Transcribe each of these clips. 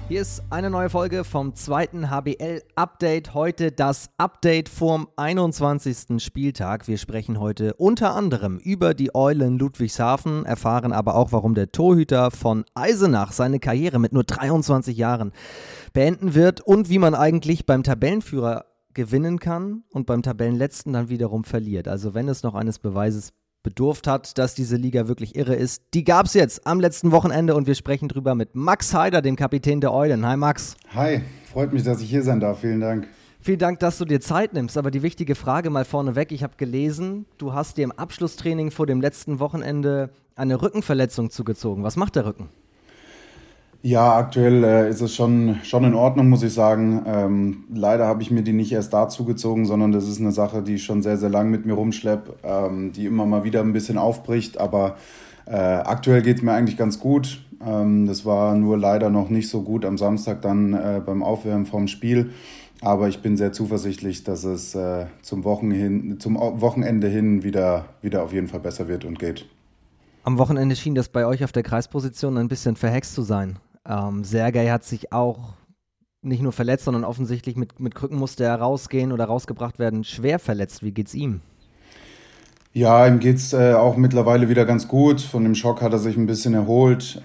Hier ist eine neue Folge vom zweiten HBL-Update. Heute das Update vorm 21. Spieltag. Wir sprechen heute unter anderem über die Eulen Ludwigshafen, erfahren aber auch, warum der Torhüter von Eisenach seine Karriere mit nur 23 Jahren beenden wird und wie man eigentlich beim Tabellenführer gewinnen kann und beim Tabellenletzten dann wiederum verliert. Also wenn es noch eines Beweises bedurft hat, dass diese Liga wirklich irre ist. Die gab es jetzt am letzten Wochenende und wir sprechen drüber mit Max Heider, dem Kapitän der Eulen. Hi Max. Hi, freut mich, dass ich hier sein darf. Vielen Dank. Vielen Dank, dass du dir Zeit nimmst. Aber die wichtige Frage mal vorneweg. Ich habe gelesen, du hast dir im Abschlusstraining vor dem letzten Wochenende eine Rückenverletzung zugezogen. Was macht der Rücken? Ja, aktuell ist es schon in Ordnung, muss ich sagen. Leider habe ich mir die nicht erst da zugezogen, sondern das ist eine Sache, die ich schon sehr, sehr lang mit mir rumschleppe, die immer mal wieder ein bisschen aufbricht. Aber aktuell geht es mir eigentlich ganz gut. Das war nur leider noch nicht so gut am Samstag dann beim Aufwärmen vorm Spiel. Aber ich bin sehr zuversichtlich, dass es zum Wochenende hin wieder auf jeden Fall besser wird und geht. Am Wochenende schien das bei euch auf der Kreisposition ein bisschen verhext zu sein. Sergej hat sich auch nicht nur verletzt, sondern offensichtlich mit Krücken musste er rausgehen oder rausgebracht werden, schwer verletzt. Wie geht's ihm? Ja, ihm geht's auch mittlerweile wieder ganz gut. Von dem Schock hat er sich ein bisschen erholt.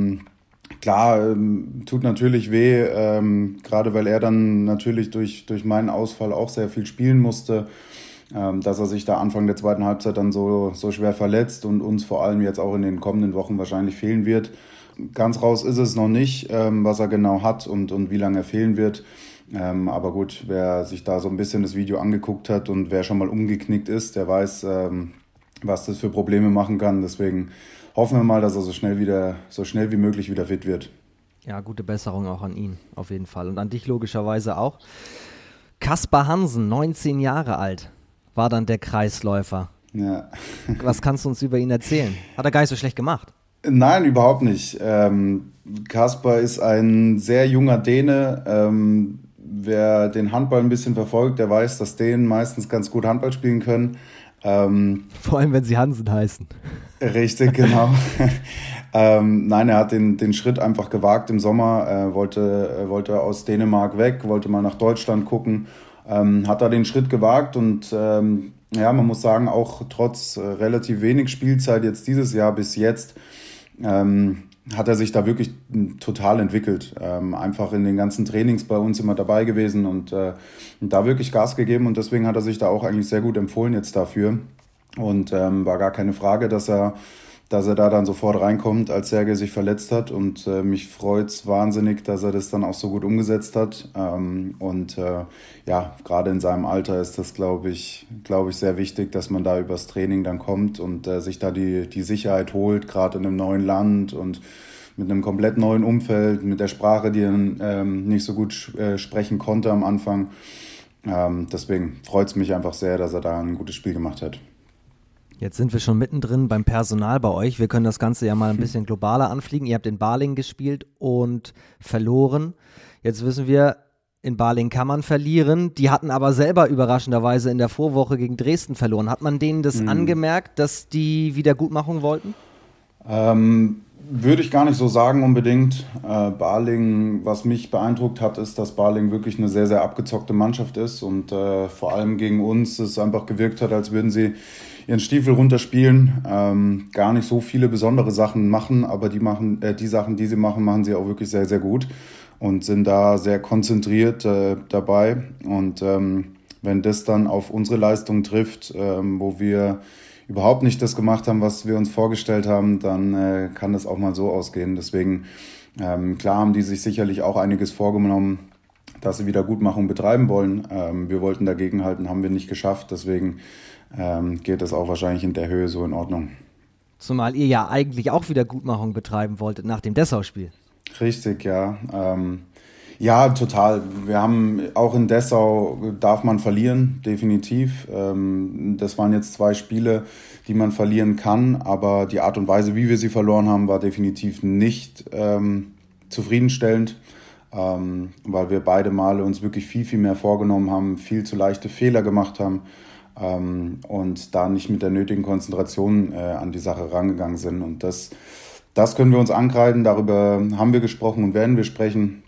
Klar, tut natürlich weh, gerade weil er dann natürlich durch meinen Ausfall auch sehr viel spielen musste. Dass er sich da Anfang der zweiten Halbzeit dann so schwer verletzt und uns vor allem jetzt auch in den kommenden Wochen wahrscheinlich fehlen wird. Ganz raus ist es noch nicht, was er genau hat und wie lange er fehlen wird. Aber gut, wer sich da so ein bisschen das Video angeguckt hat und wer schon mal umgeknickt ist, der weiß, was das für Probleme machen kann. Deswegen hoffen wir mal, dass er so schnell wie möglich wieder fit wird. Ja, gute Besserung auch an ihn, auf jeden Fall. Und an dich logischerweise auch. Kaspar Hansen, 19 Jahre alt, war dann der Kreisläufer. Ja. Was kannst du uns über ihn erzählen? Hat er gar nicht so schlecht gemacht? Nein, überhaupt nicht. Kaspar ist ein sehr junger Däne. Wer den Handball ein bisschen verfolgt, der weiß, dass Dänen meistens ganz gut Handball spielen können. Vor allem, wenn sie Hansen heißen. Richtig, genau. Nein, er hat den Schritt einfach gewagt im Sommer. Wollte aus Dänemark weg, wollte mal nach Deutschland gucken. Hat da den Schritt gewagt und man muss sagen, auch trotz relativ wenig Spielzeit jetzt dieses Jahr bis jetzt, hat er sich da wirklich total entwickelt. Einfach in den ganzen Trainings bei uns immer dabei gewesen und da wirklich Gas gegeben und deswegen hat er sich da auch eigentlich sehr gut empfohlen jetzt dafür. Und war gar keine Frage, dass er da dann sofort reinkommt, als Sergej sich verletzt hat. Und mich freut's wahnsinnig, dass er das dann auch so gut umgesetzt hat. Gerade in seinem Alter ist das, glaube ich, sehr wichtig, dass man da übers Training dann kommt und sich da die Sicherheit holt, gerade in einem neuen Land und mit einem komplett neuen Umfeld, mit der Sprache, die er nicht so gut sprechen konnte am Anfang. Deswegen freut's mich einfach sehr, dass er da ein gutes Spiel gemacht hat. Jetzt sind wir schon mittendrin beim Personal bei euch. Wir können das Ganze ja mal ein bisschen globaler anfliegen. Ihr habt in Balingen gespielt und verloren. Jetzt wissen wir, in Balingen kann man verlieren. Die hatten aber selber überraschenderweise in der Vorwoche gegen Dresden verloren. Hat man denen das angemerkt, dass die Wiedergutmachung wollten? Würde ich gar nicht so sagen unbedingt. Balingen, was mich beeindruckt hat, ist, dass Balingen wirklich eine sehr, sehr abgezockte Mannschaft ist und vor allem gegen uns es einfach gewirkt hat, als würden sie ihren Stiefel runterspielen, gar nicht so viele besondere Sachen machen, aber die Sachen, die sie machen, machen sie auch wirklich sehr, sehr gut und sind da sehr konzentriert dabei. Und wenn das dann auf unsere Leistung trifft, wo wir überhaupt nicht das gemacht haben, was wir uns vorgestellt haben, dann kann das auch mal so ausgehen. Deswegen, klar haben die sich sicherlich auch einiges vorgenommen, dass sie Wiedergutmachung betreiben wollen. Wir wollten dagegenhalten, haben wir nicht geschafft. Deswegen geht das auch wahrscheinlich in der Höhe so in Ordnung. Zumal ihr ja eigentlich auch Wiedergutmachung betreiben wolltet nach dem Dessau-Spiel. Richtig, ja. Ja, total. Wir haben auch in Dessau darf man verlieren, definitiv. Das waren jetzt 2 Spiele, die man verlieren kann, aber die Art und Weise, wie wir sie verloren haben, war definitiv nicht zufriedenstellend, weil wir beide Male uns wirklich viel, viel mehr vorgenommen haben, viel zu leichte Fehler gemacht haben und da nicht mit der nötigen Konzentration an die Sache rangegangen sind. Und das können wir uns ankreiden, darüber haben wir gesprochen und werden wir sprechen.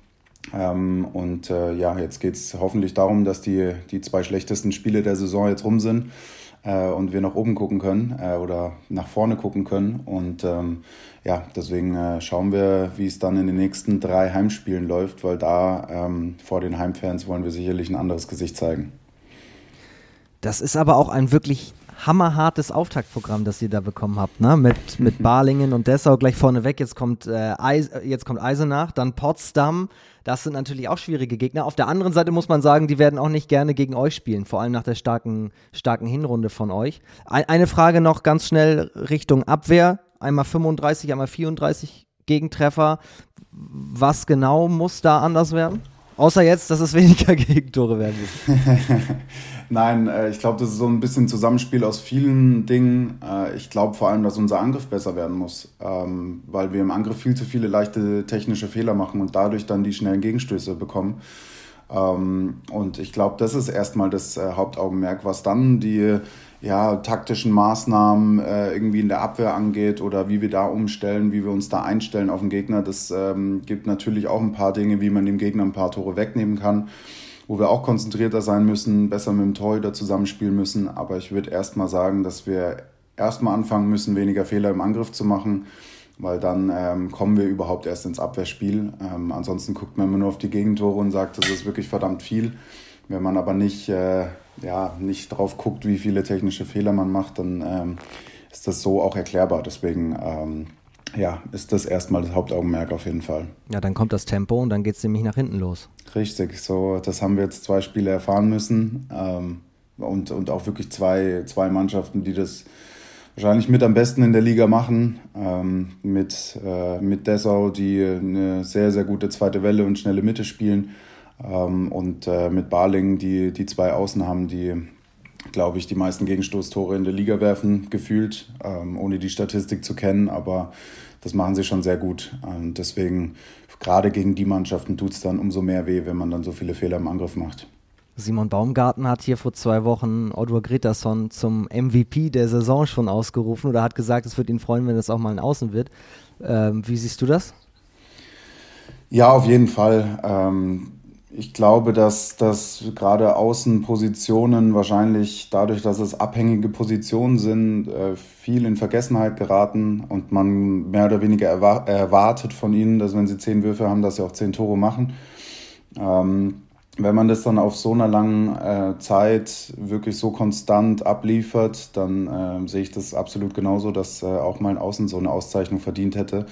Jetzt geht es hoffentlich darum, dass die 2 schlechtesten Spiele der Saison jetzt rum sind und wir nach oben gucken können oder nach vorne gucken können. Und deswegen schauen wir, wie es dann in den nächsten 3 Heimspielen läuft, weil da vor den Heimfans wollen wir sicherlich ein anderes Gesicht zeigen. Das ist aber auch ein wirklich hammerhartes Auftaktprogramm, das ihr da bekommen habt, ne? Mit Balingen und Dessau gleich vorneweg. Jetzt kommt Eisenach, dann Potsdam. Das sind natürlich auch schwierige Gegner. Auf der anderen Seite muss man sagen, die werden auch nicht gerne gegen euch spielen, vor allem nach der starken Hinrunde von euch. Eine Frage noch ganz schnell Richtung Abwehr. Einmal 35, einmal 34 Gegentreffer. Was genau muss da anders werden? Außer jetzt, dass es weniger Gegentore werden müssen. Nein, ich glaube, das ist so ein bisschen Zusammenspiel aus vielen Dingen. Ich glaube vor allem, dass unser Angriff besser werden muss, weil wir im Angriff viel zu viele leichte technische Fehler machen und dadurch dann die schnellen Gegenstöße bekommen. Und ich glaube, das ist erstmal das Hauptaugenmerk, was dann die taktischen Maßnahmen irgendwie in der Abwehr angeht oder wie wir da umstellen, wie wir uns da einstellen auf den Gegner. Das gibt natürlich auch ein paar Dinge, wie man dem Gegner ein paar Tore wegnehmen kann, wo wir auch konzentrierter sein müssen, besser mit dem Torhüter zusammenspielen müssen. Aber ich würde erstmal sagen, dass wir erstmal anfangen müssen, weniger Fehler im Angriff zu machen, weil dann kommen wir überhaupt erst ins Abwehrspiel. Ansonsten guckt man immer nur auf die Gegentore und sagt, das ist wirklich verdammt viel. Wenn man aber nicht drauf guckt, wie viele technische Fehler man macht, dann ist das so auch erklärbar. Deswegen ist das erstmal das Hauptaugenmerk auf jeden Fall. Ja, dann kommt das Tempo und dann geht es nämlich nach hinten los. Richtig, so das haben wir jetzt 2 Spiele erfahren müssen und auch wirklich zwei Mannschaften, die das wahrscheinlich mit am besten in der Liga machen, mit Dessau, die eine sehr, sehr gute zweite Welle und schnelle Mitte spielen. Mit Balingen, die 2 Außen haben, die, glaube ich, die meisten Gegenstoßtore in der Liga werfen, gefühlt, ohne die Statistik zu kennen, aber das machen sie schon sehr gut. Deswegen, gerade gegen die Mannschaften tut es dann umso mehr weh, wenn man dann so viele Fehler im Angriff macht. Simon Baumgarten hat hier vor 2 Wochen Oddur Grétarsson zum MVP der Saison schon ausgerufen oder hat gesagt, es würde ihn freuen, wenn das auch mal ein Außen wird. Wie siehst du das? Ja, auf jeden Fall. Ich glaube, dass gerade Außenpositionen wahrscheinlich dadurch, dass es abhängige Positionen sind, viel in Vergessenheit geraten und man mehr oder weniger erwartet von ihnen, dass wenn sie 10 Würfe haben, dass sie auch 10 Tore machen. Wenn man das dann auf so einer langen Zeit wirklich so konstant abliefert, dann sehe ich das absolut genauso, dass auch mal ein Außen so eine Auszeichnung verdient hätte.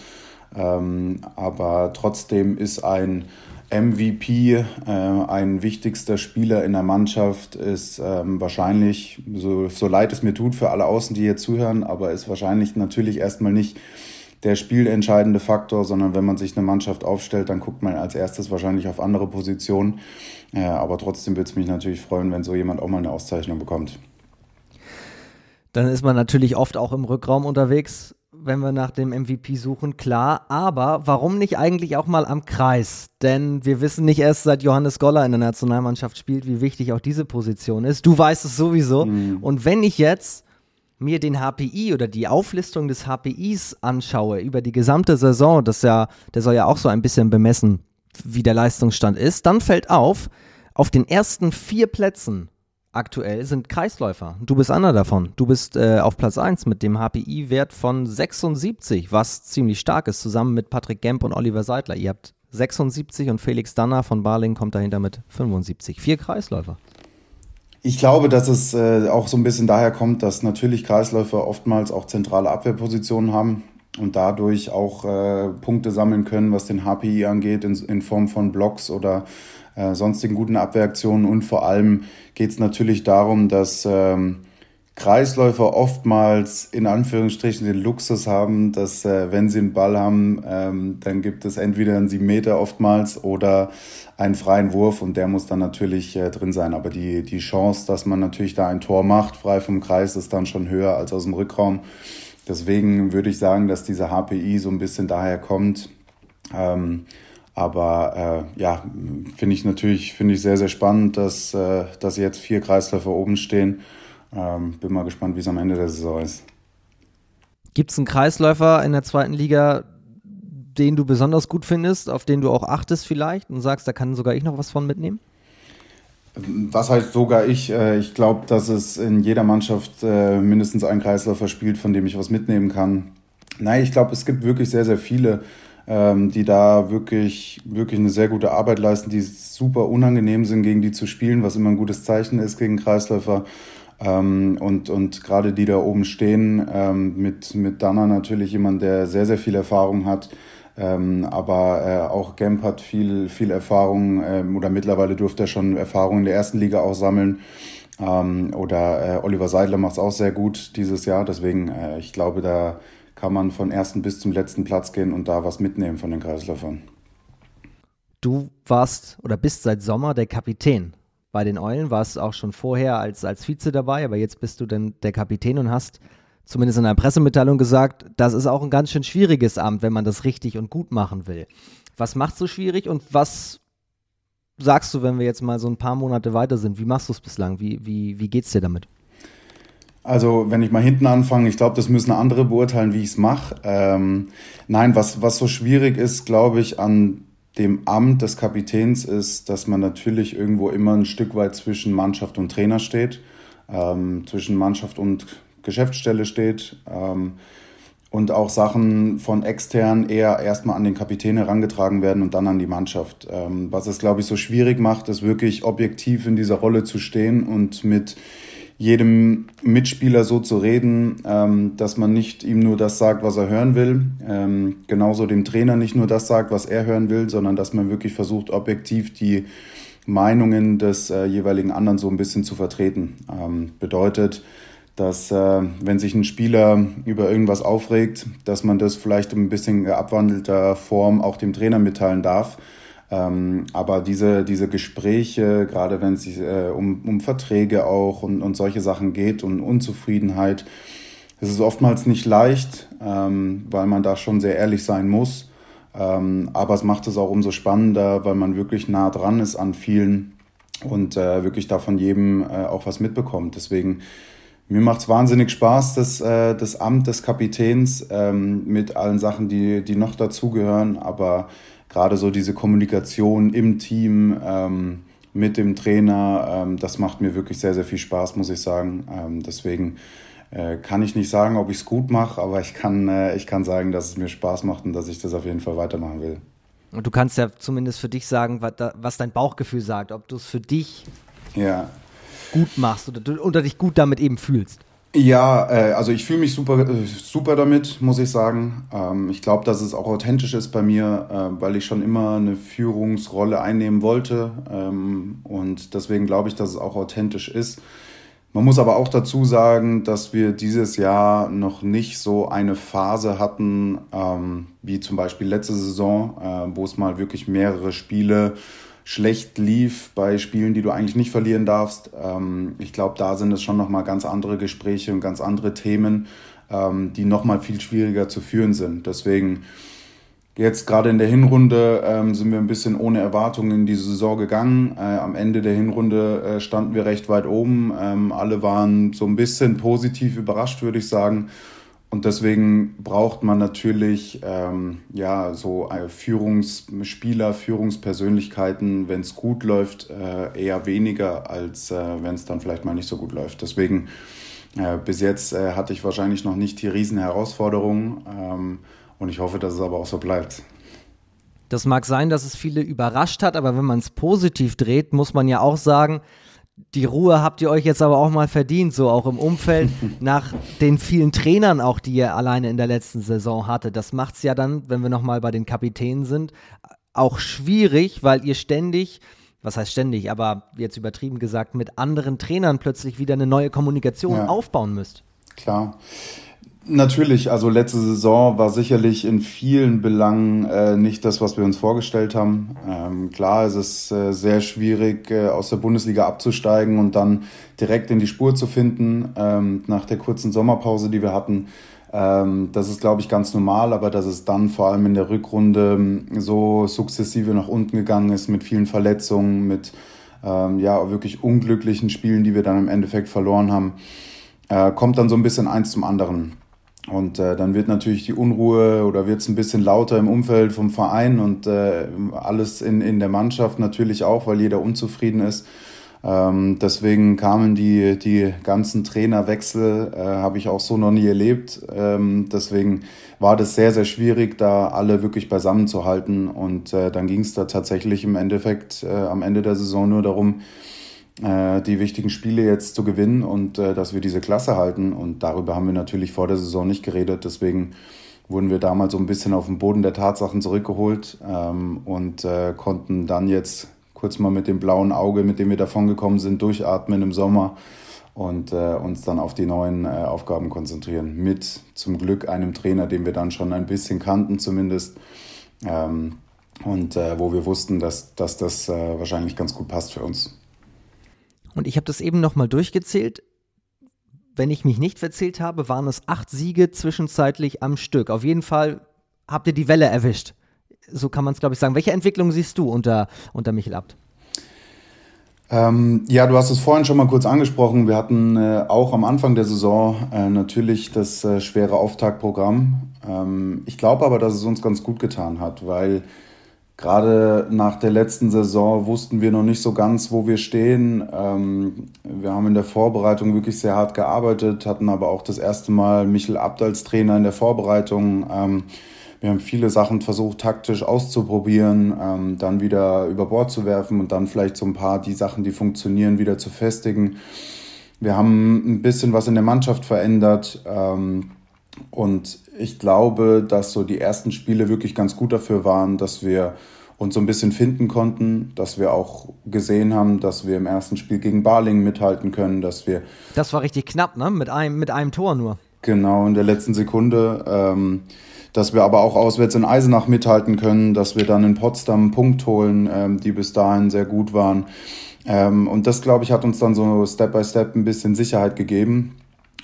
Aber trotzdem ist ein MVP, ein wichtigster Spieler in der Mannschaft, ist wahrscheinlich, so leid es mir tut für alle Außen, die hier zuhören, aber ist wahrscheinlich natürlich erstmal nicht der spielentscheidende Faktor, sondern wenn man sich eine Mannschaft aufstellt, dann guckt man als erstes wahrscheinlich auf andere Positionen. Aber trotzdem würde es mich natürlich freuen, wenn so jemand auch mal eine Auszeichnung bekommt. Dann ist man natürlich oft auch im Rückraum unterwegs, wenn wir nach dem MVP suchen, klar. Aber warum nicht eigentlich auch mal am Kreis? Denn wir wissen nicht erst, seit Johannes Goller in der Nationalmannschaft spielt, wie wichtig auch diese Position ist. Du weißt es sowieso. Und wenn ich jetzt mir den HPI oder die Auflistung des HPIs anschaue über die gesamte Saison, der soll ja auch so ein bisschen bemessen, wie der Leistungsstand ist, dann fällt auf den ersten 4 Plätzen aktuell sind Kreisläufer. Du bist einer davon. Du bist auf Platz 1 mit dem HPI-Wert von 76, was ziemlich stark ist, zusammen mit Patrick Gemp und Oliver Seidler. Ihr habt 76 und Felix Danner von Balingen kommt dahinter mit 75. 4 Kreisläufer. Ich glaube, dass es auch so ein bisschen daher kommt, dass natürlich Kreisläufer oftmals auch zentrale Abwehrpositionen haben und dadurch auch Punkte sammeln können, was den HPI angeht, in Form von Blocks oder sonstigen guten Abwehraktionen. Und vor allem geht es natürlich darum, dass Kreisläufer oftmals in Anführungsstrichen den Luxus haben, dass wenn sie einen Ball haben, dann gibt es entweder einen 7 Meter oftmals oder einen freien Wurf und der muss dann natürlich drin sein. Aber die Chance, dass man natürlich da ein Tor macht, frei vom Kreis, ist dann schon höher als aus dem Rückraum. Deswegen würde ich sagen, dass dieser HPI so ein bisschen daher kommt. Finde ich sehr, sehr spannend, dass jetzt 4 Kreisläufer oben stehen. Bin mal gespannt, wie es am Ende der Saison ist. Gibt es einen Kreisläufer in der 2. Liga, den du besonders gut findest, auf den du auch achtest vielleicht und sagst, da kann sogar ich noch was von mitnehmen? Was heißt sogar ich? Ich glaube, dass es in jeder Mannschaft mindestens einen Kreisläufer spielt, von dem ich was mitnehmen kann. Nein, ich glaube, es gibt wirklich sehr, sehr viele, die da wirklich, wirklich eine sehr gute Arbeit leisten, die super unangenehm sind, gegen die zu spielen, was immer ein gutes Zeichen ist gegen Kreisläufer. Und gerade die da oben stehen, mit Dana natürlich jemand, der sehr, sehr viel Erfahrung hat. Aber auch Gemp hat viel Erfahrung oder mittlerweile durfte er schon Erfahrung in der ersten Liga auch sammeln. Oder Oliver Seidler macht es auch sehr gut dieses Jahr. Deswegen, ich glaube, da kann man von ersten bis zum letzten Platz gehen und da was mitnehmen von den Kreisläufern. Du warst oder bist seit Sommer der Kapitän bei den Eulen, warst auch schon vorher als Vize dabei, aber jetzt bist du dann der Kapitän und hast zumindest in einer Pressemitteilung gesagt, das ist auch ein ganz schön schwieriges Amt, wenn man das richtig und gut machen will. Was macht es so schwierig und was sagst du, wenn wir jetzt mal so ein paar Monate weiter sind? Wie machst du es bislang? Wie geht's dir damit? Also wenn ich mal hinten anfange, ich glaube, das müssen andere beurteilen, wie ich es mache. Nein, was so schwierig ist, glaube ich, an dem Amt des Kapitäns ist, dass man natürlich irgendwo immer ein Stück weit zwischen Mannschaft und Trainer steht, zwischen Mannschaft und Geschäftsstelle steht und auch Sachen von extern eher erstmal an den Kapitän herangetragen werden und dann an die Mannschaft. Was es, glaube ich, so schwierig macht, ist wirklich objektiv in dieser Rolle zu stehen und mit jedem Mitspieler so zu reden, dass man nicht ihm nur das sagt, was er hören will, genauso dem Trainer nicht nur das sagt, was er hören will, sondern dass man wirklich versucht, objektiv die Meinungen des jeweiligen anderen so ein bisschen zu vertreten. Bedeutet, dass wenn sich ein Spieler über irgendwas aufregt, dass man das vielleicht in ein bisschen abwandelter Form auch dem Trainer mitteilen darf. Aber diese Gespräche, gerade wenn es um Verträge auch und solche Sachen geht und Unzufriedenheit, es ist oftmals nicht leicht, weil man da schon sehr ehrlich sein muss. Aber es macht es auch umso spannender, weil man wirklich nah dran ist an vielen und wirklich da von jedem auch was mitbekommt. Deswegen, mir macht es wahnsinnig Spaß, das Amt des Kapitäns mit allen Sachen, die noch dazugehören, aber gerade so diese Kommunikation im Team mit dem Trainer, das macht mir wirklich sehr, sehr viel Spaß, muss ich sagen. Deswegen kann ich nicht sagen, ob ich es gut mache, aber ich kann sagen, dass es mir Spaß macht und dass ich das auf jeden Fall weitermachen will. Und du kannst ja zumindest für dich sagen, was dein Bauchgefühl sagt, ob du es für dich gut machst oder dich gut damit eben fühlst. Ja, also ich fühle mich super damit, muss ich sagen. Ich glaube, dass es auch authentisch ist bei mir, weil ich schon immer eine Führungsrolle einnehmen wollte. Und deswegen glaube ich, dass es auch authentisch ist. Man muss aber auch dazu sagen, dass wir dieses Jahr noch nicht so eine Phase hatten, wie zum Beispiel letzte Saison, wo es mal wirklich mehrere Spiele schlecht lief bei Spielen, die du eigentlich nicht verlieren darfst. Ich glaube, da sind es schon nochmal ganz andere Gespräche und ganz andere Themen, die nochmal viel schwieriger zu führen sind. Deswegen jetzt gerade in der Hinrunde sind wir ein bisschen ohne Erwartungen in die Saison gegangen. Am Ende der Hinrunde standen wir recht weit oben. Alle waren so ein bisschen positiv überrascht, würde ich sagen. Und deswegen braucht man natürlich so Führungsspieler, Führungspersönlichkeiten, wenn es gut läuft, eher weniger, als wenn es dann vielleicht mal nicht so gut läuft. Deswegen bis jetzt hatte ich wahrscheinlich noch nicht die riesen Herausforderungen und ich hoffe, dass es aber auch so bleibt. Das mag sein, dass es viele überrascht hat, aber wenn man es positiv dreht, muss man ja auch sagen, die Ruhe habt ihr euch jetzt aber auch mal verdient, so auch im Umfeld, nach den vielen Trainern auch, die ihr alleine in der letzten Saison hattet. Das macht es ja dann, wenn wir nochmal bei den Kapitänen sind, auch schwierig, weil ihr ständig, was heißt ständig, aber jetzt übertrieben gesagt, mit anderen Trainern plötzlich wieder eine neue Kommunikation aufbauen müsst. Klar. Natürlich, also letzte Saison war sicherlich in vielen Belangen nicht das, was wir uns vorgestellt haben. Klar, es ist sehr schwierig, aus der Bundesliga abzusteigen und dann direkt in die Spur zu finden, nach der kurzen Sommerpause, die wir hatten. Das ist, glaube ich, ganz normal, aber dass es dann vor allem in der Rückrunde so sukzessive nach unten gegangen ist mit vielen Verletzungen, mit wirklich unglücklichen Spielen, die wir dann im Endeffekt verloren haben, kommt dann so ein bisschen eins zum anderen. Und dann wird natürlich die Unruhe oder wird es ein bisschen lauter im Umfeld vom Verein und alles in der Mannschaft natürlich auch, weil jeder unzufrieden ist. Deswegen kamen die ganzen Trainerwechsel, habe ich auch so noch nie erlebt. Deswegen war das sehr, sehr schwierig, da alle wirklich beisammen zu halten. Und dann ging es da tatsächlich im Endeffekt am Ende der Saison nur darum, die wichtigen Spiele jetzt zu gewinnen und dass wir diese Klasse halten. Und darüber haben wir natürlich vor der Saison nicht geredet. Deswegen wurden wir damals so ein bisschen auf den Boden der Tatsachen zurückgeholt und konnten dann jetzt kurz mal mit dem blauen Auge, mit dem wir davongekommen sind, durchatmen im Sommer und uns dann auf die neuen Aufgaben konzentrieren. Mit zum Glück einem Trainer, den wir dann schon ein bisschen kannten zumindest und wo wir wussten, dass das wahrscheinlich ganz gut passt für uns. Und ich habe das eben nochmal durchgezählt. Wenn ich mich nicht verzählt habe, waren es 8 Siege zwischenzeitlich am Stück. Auf jeden Fall habt ihr die Welle erwischt. So kann man es, glaube ich, sagen. Welche Entwicklung siehst du unter Michel Abt? Ja, du hast es vorhin schon mal kurz angesprochen. Wir hatten auch am Anfang der Saison natürlich das schwere Auftaktprogramm. Ich glaube aber, dass es uns ganz gut getan hat, weil gerade nach der letzten Saison wussten wir noch nicht so ganz, wo wir stehen. Wir haben in der Vorbereitung wirklich sehr hart gearbeitet, hatten aber auch das erste Mal Michel Abt als Trainer in der Vorbereitung. Wir haben viele Sachen versucht, taktisch auszuprobieren, dann wieder über Bord zu werfen und dann vielleicht so ein paar die Sachen, die funktionieren, wieder zu festigen. Wir haben ein bisschen was in der Mannschaft verändert und ich glaube, dass so die ersten Spiele wirklich ganz gut dafür waren, dass wir uns so ein bisschen finden konnten, dass wir auch gesehen haben, dass wir im ersten Spiel gegen Balingen mithalten können, dass wir... Das war richtig knapp, ne? Mit einem Tor nur. Genau, in der letzten Sekunde. Dass wir aber auch auswärts in Eisenach mithalten können, dass wir dann in Potsdam einen Punkt holen, die bis dahin sehr gut waren. Und das, glaube ich, hat uns dann so Step by Step ein bisschen Sicherheit gegeben.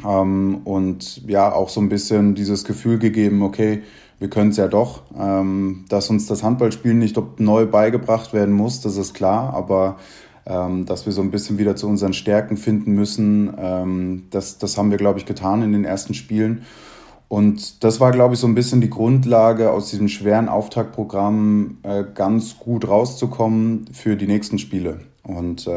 Und ja, auch so ein bisschen dieses Gefühl gegeben, okay, wir können es ja doch. Dass uns das Handballspielen nicht neu beigebracht werden muss, das ist klar, aber dass wir so ein bisschen wieder zu unseren Stärken finden müssen, das haben wir, glaube ich, getan in den ersten Spielen. Und das war, glaube ich, so ein bisschen die Grundlage, aus diesem schweren Auftaktprogramm ganz gut rauszukommen für die nächsten Spiele. Und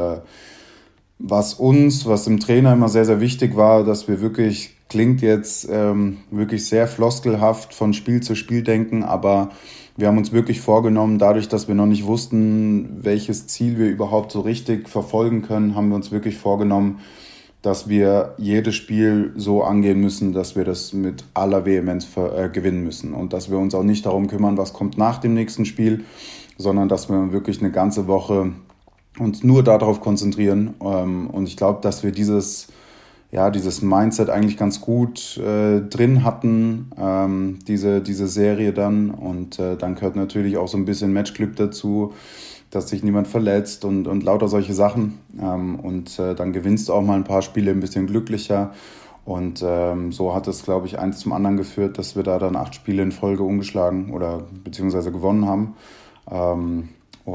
was dem Trainer immer sehr, sehr wichtig war, dass wir wirklich, klingt jetzt wirklich sehr floskelhaft von Spiel zu Spiel denken, aber wir haben uns wirklich vorgenommen, dadurch, dass wir noch nicht wussten, welches Ziel wir überhaupt so richtig verfolgen können, haben wir uns wirklich vorgenommen, dass wir jedes Spiel so angehen müssen, dass wir das mit aller Vehemenz gewinnen müssen und dass wir uns auch nicht darum kümmern, was kommt nach dem nächsten Spiel, sondern dass wir wirklich eine ganze Woche uns nur darauf konzentrieren. Und ich glaube, dass wir dieses Mindset eigentlich ganz gut drin hatten, diese Serie dann. Und dann gehört natürlich auch so ein bisschen Matchglück dazu, dass sich niemand verletzt und lauter solche Sachen. Dann gewinnst du auch mal ein paar Spiele ein bisschen glücklicher. Und so hat es, glaube ich, eins zum anderen geführt, dass wir da dann 8 Spiele in Folge ungeschlagen oder beziehungsweise gewonnen haben.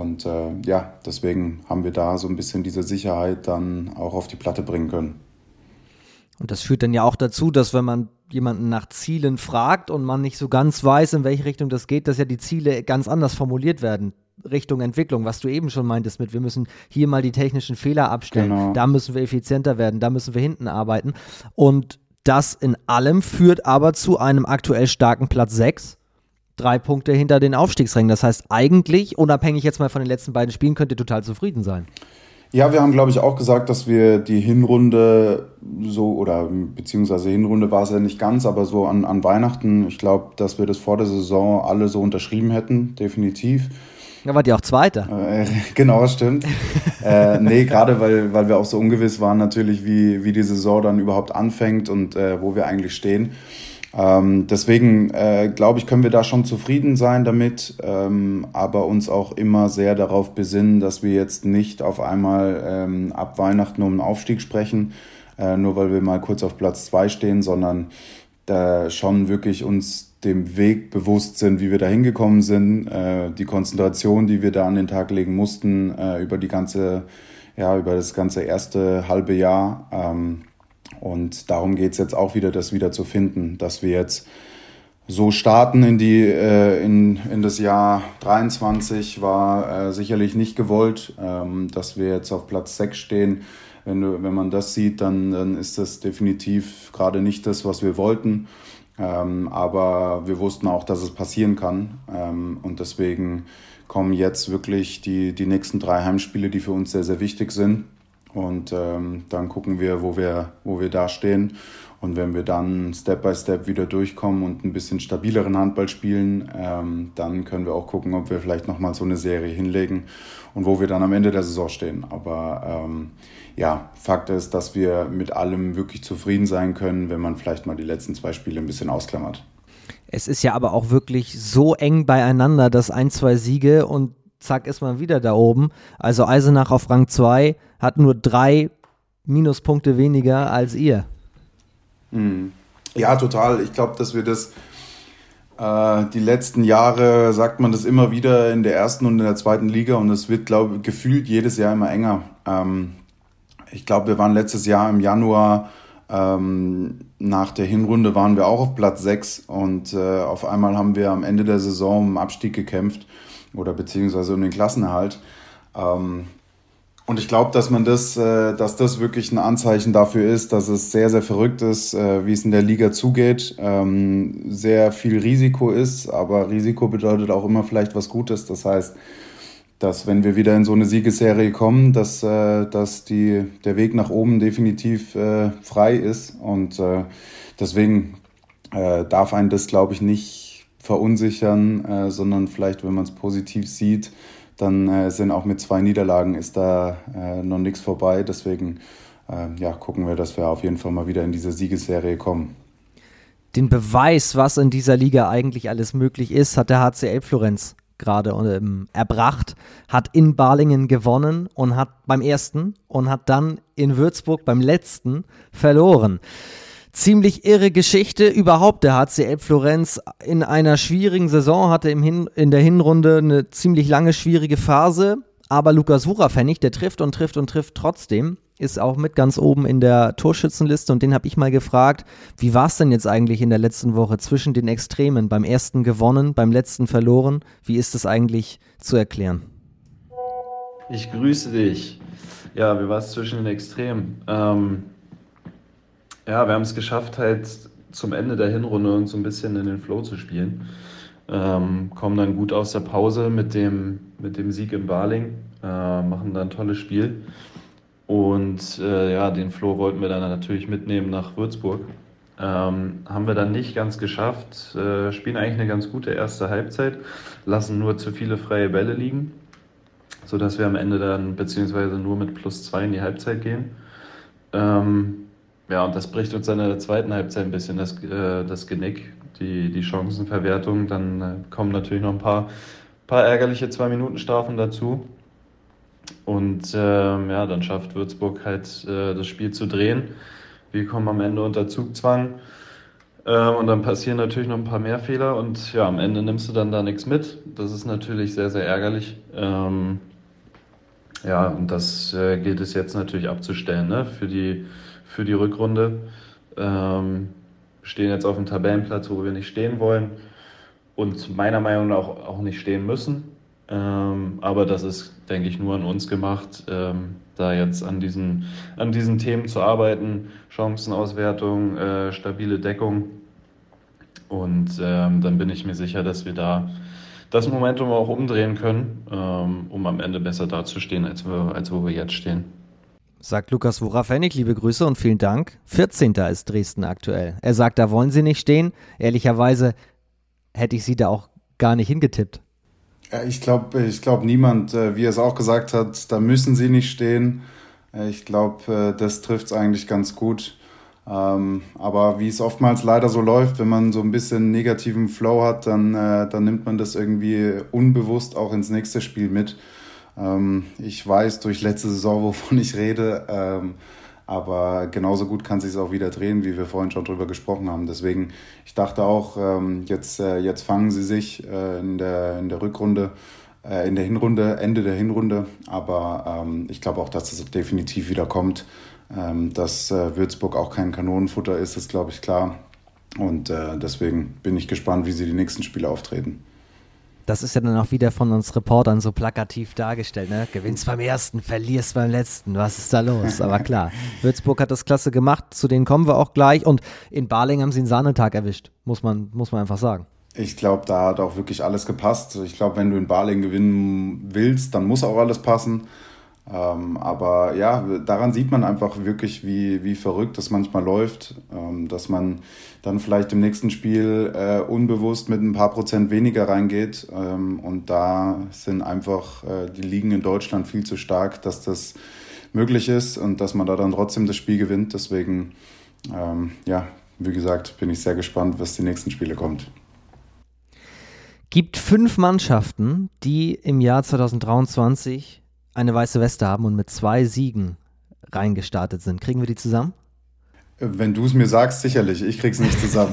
Deswegen haben wir da so ein bisschen diese Sicherheit dann auch auf die Platte bringen können. Und das führt dann ja auch dazu, dass wenn man jemanden nach Zielen fragt und man nicht so ganz weiß, in welche Richtung das geht, dass ja die Ziele ganz anders formuliert werden. Richtung Entwicklung, was du eben schon meintest wir müssen hier mal die technischen Fehler abstellen, genau. Da müssen wir effizienter werden, da müssen wir hinten arbeiten und das in allem führt aber zu einem aktuell starken Platz 6, 3 Punkte hinter den Aufstiegsrängen, das heißt eigentlich, unabhängig jetzt mal von den letzten beiden Spielen, könnt ihr total zufrieden sein. Ja, wir haben, glaube ich, auch gesagt, dass wir die Hinrunde beziehungsweise Hinrunde war es ja nicht ganz, aber so an Weihnachten, ich glaube, dass wir das vor der Saison alle so unterschrieben hätten, definitiv. Ja, wart ihr auch Zweiter. Genau, stimmt. Gerade weil wir auch so ungewiss waren natürlich, wie die Saison dann überhaupt anfängt und wo wir eigentlich stehen. Deswegen, glaube ich, können wir da schon zufrieden sein damit, aber uns auch immer sehr darauf besinnen, dass wir jetzt nicht auf einmal ab Weihnachten um den Aufstieg sprechen, nur weil wir mal kurz auf Platz 2 stehen, sondern schon wirklich uns dem Weg bewusst sind, wie wir da hingekommen sind, die Konzentration, die wir da an den Tag legen mussten, über das ganze erste halbe Jahr. Und darum geht es jetzt auch wieder, das wieder zu finden, dass wir jetzt so starten in das Jahr 23 war sicherlich nicht gewollt, dass wir jetzt auf Platz 6 stehen. Wenn man das sieht, dann ist das definitiv gerade nicht das, was wir wollten. Aber wir wussten auch, dass es passieren kann. Und deswegen kommen jetzt wirklich die nächsten 3 Heimspiele, die für uns sehr, sehr wichtig sind. Und dann gucken wir, wo wir da stehen. Und wenn wir dann Step by Step wieder durchkommen und ein bisschen stabileren Handball spielen, dann können wir auch gucken, ob wir vielleicht nochmal so eine Serie hinlegen und wo wir dann am Ende der Saison stehen. Aber Fakt ist, dass wir mit allem wirklich zufrieden sein können, wenn man vielleicht mal die letzten 2 Spiele ein bisschen ausklammert. Es ist ja aber auch wirklich so eng beieinander, dass 1, 2 Siege und zack ist man wieder da oben. Also Eisenach auf Rang 2 hat nur 3 Minuspunkte weniger als ihr. Ja, total. Ich glaube, dass wir das die letzten Jahre, sagt man das immer wieder in der ersten und in der zweiten Liga und es wird, glaube ich, gefühlt jedes Jahr immer enger. Ich glaube, wir waren letztes Jahr im Januar, nach der Hinrunde waren wir auch auf Platz 6 und auf einmal haben wir am Ende der Saison um Abstieg gekämpft oder beziehungsweise um den Klassenerhalt. Und ich glaube, dass das wirklich ein Anzeichen dafür ist, dass es sehr, sehr verrückt ist, wie es in der Liga zugeht. Sehr viel Risiko ist, aber Risiko bedeutet auch immer vielleicht was Gutes. Das heißt, dass wenn wir wieder in so eine Siegesserie kommen, dass der Weg nach oben definitiv frei ist. Und deswegen darf einen das, glaube ich, nicht verunsichern, sondern vielleicht, wenn man es positiv sieht, dann sind auch mit 2 Niederlagen ist da noch nichts vorbei. Deswegen gucken wir, dass wir auf jeden Fall mal wieder in diese Siegesserie kommen. Den Beweis, was in dieser Liga eigentlich alles möglich ist, hat der HC Elbflorenz gerade erbracht, hat in Balingen gewonnen und hat beim ersten und hat dann in Würzburg beim letzten verloren. Ziemlich irre Geschichte überhaupt. Der HC Elbflorenz in einer schwierigen Saison hatte in der Hinrunde eine ziemlich lange schwierige Phase, aber Lukas Wucherpfennig, der trifft und trifft und trifft trotzdem, ist auch mit ganz oben in der Torschützenliste und den habe ich mal gefragt, wie war es denn jetzt eigentlich in der letzten Woche zwischen den Extremen? Beim ersten gewonnen, beim letzten verloren. Wie ist das eigentlich zu erklären? Ich grüße dich. Ja, wie war es zwischen den Extremen? Wir haben es geschafft, halt zum Ende der Hinrunde uns so ein bisschen in den Flow zu spielen. Kommen dann gut aus der Pause mit dem Sieg in Balingen, machen dann ein tolles Spiel. Und den Flow wollten wir dann natürlich mitnehmen nach Würzburg. Haben wir dann nicht ganz geschafft, spielen eigentlich eine ganz gute erste Halbzeit, lassen nur zu viele freie Bälle liegen, sodass wir am Ende dann beziehungsweise nur mit +2 in die Halbzeit gehen. Und das bricht uns dann in der zweiten Halbzeit ein bisschen das Genick, die Chancenverwertung. Dann kommen natürlich noch ein paar ärgerliche 2-Minuten-Strafen dazu. Und dann schafft Würzburg halt das Spiel zu drehen. Wir kommen am Ende unter Zugzwang. Und dann passieren natürlich noch ein paar mehr Fehler. Und ja, am Ende nimmst du dann da nichts mit. Das ist natürlich sehr, sehr ärgerlich. Und das gilt es jetzt natürlich abzustellen, ne? Für die Rückrunde. Stehen jetzt auf dem Tabellenplatz, wo wir nicht stehen wollen und meiner Meinung nach auch nicht stehen müssen. Aber das ist, denke ich, nur an uns gemacht, da jetzt an diesen Themen zu arbeiten. Chancenauswertung, stabile Deckung. Und dann bin ich mir sicher, dass wir da das Momentum auch umdrehen können, um am Ende besser dazustehen, als wo wir jetzt stehen. Sagt Lukas Wucherpfennig, liebe Grüße und vielen Dank. 14. ist Dresden aktuell. Er sagt, da wollen sie nicht stehen. Ehrlicherweise hätte ich sie da auch gar nicht hingetippt. Ja, ich glaube niemand, wie er es auch gesagt hat, da müssen sie nicht stehen. Ich glaube, das trifft es eigentlich ganz gut. Aber wie es oftmals leider so läuft, wenn man so ein bisschen negativen Flow hat, dann nimmt man das irgendwie unbewusst auch ins nächste Spiel mit. Ich weiß durch letzte Saison, wovon ich rede, aber genauso gut kann es sich auch wieder drehen, wie wir vorhin schon drüber gesprochen haben. Deswegen, ich dachte auch, jetzt fangen sie sich in der Rückrunde, in der Hinrunde, Ende der Hinrunde, aber ich glaube auch, dass es definitiv wieder kommt. Dass Würzburg auch kein Kanonenfutter ist glaube ich klar. Und deswegen bin ich gespannt, wie sie die nächsten Spiele auftreten. Das ist ja dann auch wieder von uns Reportern so plakativ dargestellt, ne? Gewinnst beim ersten, verlierst beim letzten, was ist da los? Aber klar, Würzburg hat das klasse gemacht, zu denen kommen wir auch gleich und in Balingen haben sie einen Sahnetag erwischt, muss man einfach sagen. Ich glaube, da hat auch wirklich alles gepasst. Ich glaube, wenn du in Balingen gewinnen willst, dann muss auch alles passen. Aber ja, daran sieht man einfach wirklich, wie verrückt das manchmal läuft, dass man dann vielleicht im nächsten Spiel unbewusst mit ein paar Prozent weniger reingeht. Und da sind einfach die Ligen in Deutschland viel zu stark, dass das möglich ist und dass man da dann trotzdem das Spiel gewinnt. Deswegen, wie gesagt, bin ich sehr gespannt, was die nächsten Spiele kommt. Gibt 5 Mannschaften, die im Jahr 2023 eine weiße Weste haben und mit 2 Siegen reingestartet sind. Kriegen wir die zusammen? Wenn du es mir sagst, sicherlich. Ich krieg's nicht zusammen.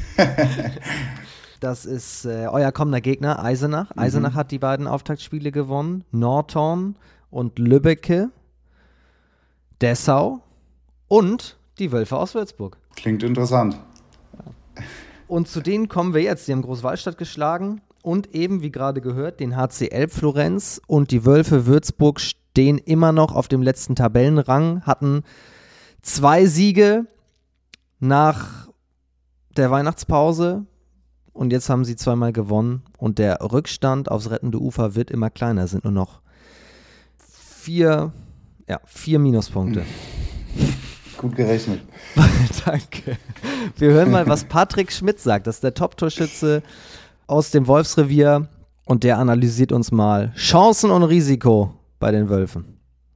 Das ist euer kommender Gegner, Eisenach. Eisenach hat die beiden Auftaktspiele gewonnen. Nordhorn und Lübbecke, Dessau und die Wölfe aus Würzburg. Klingt interessant. Und zu denen kommen wir jetzt. Die haben Großwallstadt geschlagen und eben, wie gerade gehört, den HC Elbflorenz und die Wölfe Würzburg stehen immer noch auf dem letzten Tabellenrang, hatten 2 Siege nach der Weihnachtspause und jetzt haben sie 2-mal gewonnen und der Rückstand aufs rettende Ufer wird immer kleiner, sind nur noch 4 Minuspunkte. Gut gerechnet. Danke. Wir hören mal, was Patrick Schmidt sagt. Das ist der Top-Torschütze aus dem Wolfsrevier und der analysiert uns mal Chancen und Risiko bei den Wölfen.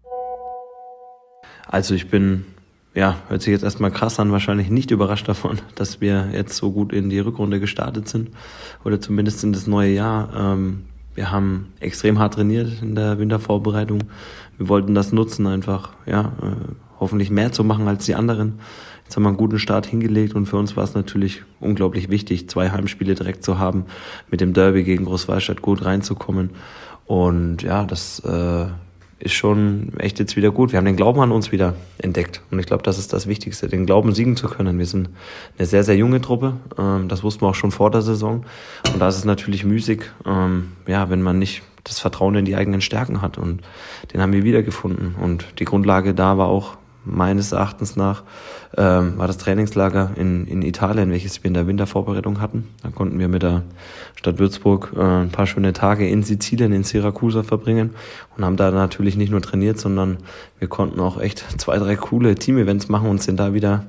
Also ich bin, hört sich jetzt erstmal krass an, wahrscheinlich nicht überrascht davon, dass wir jetzt so gut in die Rückrunde gestartet sind oder zumindest in das neue Jahr. Wir haben extrem hart trainiert in der Wintervorbereitung. Wir wollten das nutzen, einfach hoffentlich mehr zu machen als die anderen. Jetzt haben wir einen guten Start hingelegt und für uns war es natürlich unglaublich wichtig, 2 Heimspiele direkt zu haben, mit dem Derby gegen Großwallstadt gut reinzukommen. Und das ist schon echt jetzt wieder gut. Wir haben den Glauben an uns wieder entdeckt und ich glaube, das ist das Wichtigste, den Glauben siegen zu können. Wir sind eine sehr, sehr junge Truppe, das wussten wir auch schon vor der Saison und da ist es natürlich müßig, wenn man nicht das Vertrauen in die eigenen Stärken hat und den haben wir wiedergefunden und die Grundlage da war auch meines Erachtens nach war das Trainingslager in Italien, welches wir in der Wintervorbereitung hatten. Da konnten wir mit der Stadt Würzburg ein paar schöne Tage in Sizilien, in Siracusa verbringen und haben da natürlich nicht nur trainiert, sondern wir konnten auch echt 2, 3 coole Team-Events machen und sind da wieder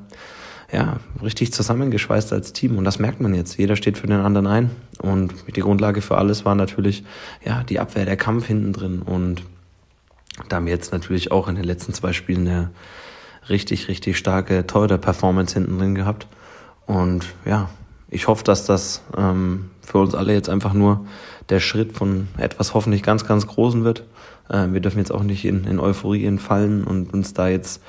richtig zusammengeschweißt als Team und das merkt man jetzt. Jeder steht für den anderen ein und die Grundlage für alles war natürlich die Abwehr, der Kampf hinten drin und da haben wir jetzt natürlich auch in den letzten 2 Spielen eine richtig, richtig starke Torhüter-Performance hinten drin gehabt. Und ich hoffe, dass das für uns alle jetzt einfach nur der Schritt von etwas hoffentlich ganz, ganz Großen wird. Wir dürfen jetzt auch nicht in Euphorie entfallen und uns da jetzt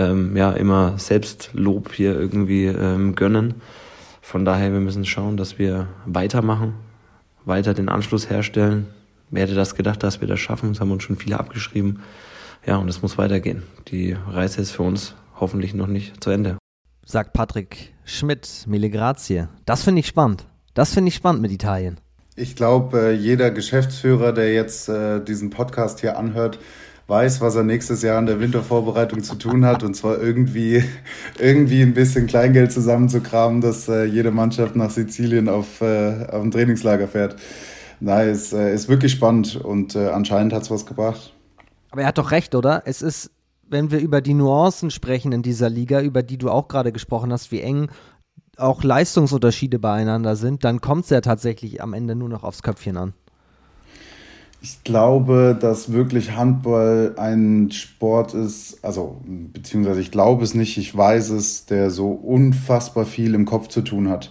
immer Selbstlob hier irgendwie gönnen. Von daher, wir müssen schauen, dass wir weitermachen, weiter den Anschluss herstellen. Wer hätte das gedacht, dass wir das schaffen? Das haben uns schon viele abgeschrieben. Ja, und es muss weitergehen. Die Reise ist für uns hoffentlich noch nicht zu Ende. Sagt Patrick Schmidt, Mille Grazie. Das finde ich spannend. Das finde ich spannend mit Italien. Ich glaube, jeder Geschäftsführer, der jetzt diesen Podcast hier anhört, weiß, was er nächstes Jahr in der Wintervorbereitung zu tun hat. Und zwar irgendwie ein bisschen Kleingeld zusammenzukramen, dass jede Mannschaft nach Sizilien auf ein Trainingslager fährt. Nein, es ist wirklich spannend und anscheinend hat es was gebracht. Aber er hat doch recht, oder? Es ist, wenn wir über die Nuancen sprechen in dieser Liga, über die du auch gerade gesprochen hast, wie eng auch Leistungsunterschiede beieinander sind, dann kommt es ja tatsächlich am Ende nur noch aufs Köpfchen an. Ich glaube, dass wirklich Handball ein Sport ist, beziehungsweise ich glaube es nicht, ich weiß es, der so unfassbar viel im Kopf zu tun hat.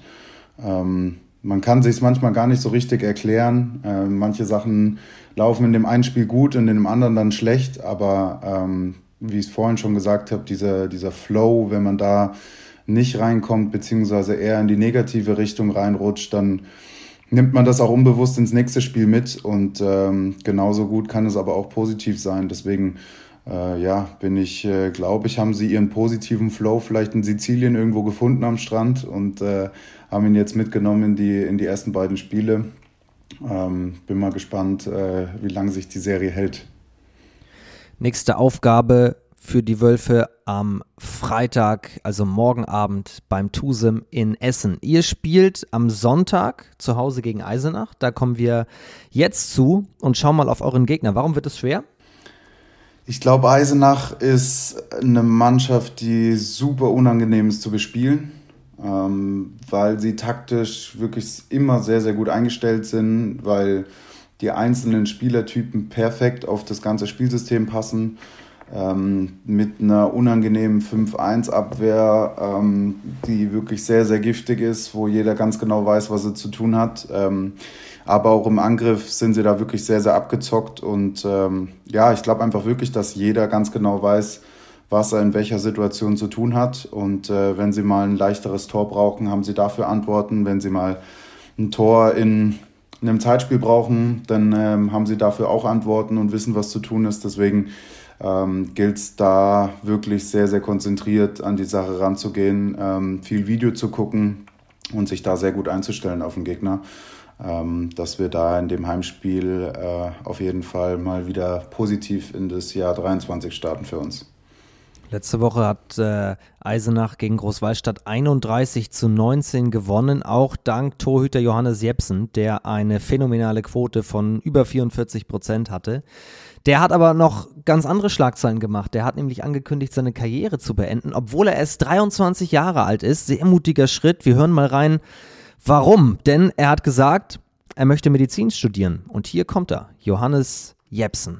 Man kann sich es manchmal gar nicht so richtig erklären. Manche Sachen laufen in dem einen Spiel gut, in dem anderen dann schlecht. Aber wie ich es vorhin schon gesagt habe, dieser Flow, wenn man da nicht reinkommt, beziehungsweise eher in die negative Richtung reinrutscht, dann nimmt man das auch unbewusst ins nächste Spiel mit. Und genauso gut kann es aber auch positiv sein. Deswegen glaube ich, haben sie ihren positiven Flow vielleicht in Sizilien irgendwo gefunden am Strand und haben ihn jetzt mitgenommen in die ersten beiden Spiele. Bin mal gespannt, wie lange sich die Serie hält. Nächste Aufgabe für die Wölfe am Freitag, also morgen Abend beim TuSim in Essen. Ihr spielt am Sonntag zu Hause gegen Eisenach. Da kommen wir jetzt zu und schauen mal auf euren Gegner. Warum wird es schwer? Ich glaube, Eisenach ist eine Mannschaft, die super unangenehm ist zu bespielen, weil sie taktisch wirklich immer sehr, sehr gut eingestellt sind, weil die einzelnen Spielertypen perfekt auf das ganze Spielsystem passen. Mit einer unangenehmen 5-1-Abwehr, die wirklich sehr, sehr giftig ist, wo jeder ganz genau weiß, was er zu tun hat. Aber auch im Angriff sind sie da wirklich sehr, sehr abgezockt. Und ich glaube einfach wirklich, dass jeder ganz genau weiß, was er in welcher Situation zu tun hat. Und wenn sie mal ein leichteres Tor brauchen, haben sie dafür Antworten. Wenn sie mal ein Tor in einem Zeitspiel brauchen, dann haben sie dafür auch Antworten und wissen, was zu tun ist. Deswegen gilt es da wirklich sehr, sehr konzentriert an die Sache ranzugehen, viel Video zu gucken und sich da sehr gut einzustellen auf den Gegner, dass wir da in dem Heimspiel auf jeden Fall mal wieder positiv in das Jahr 23 starten für uns. Letzte Woche hat Eisenach gegen Großwallstadt 31-19 gewonnen, auch dank Torhüter Johannes Jepsen, der eine phänomenale Quote von über 44% hatte. Der hat aber noch ganz andere Schlagzeilen gemacht. Der hat nämlich angekündigt, seine Karriere zu beenden, obwohl er erst 23 Jahre alt ist. Sehr mutiger Schritt. Wir hören mal rein, warum. Denn er hat gesagt, er möchte Medizin studieren. Und hier kommt er, Johannes Jepsen.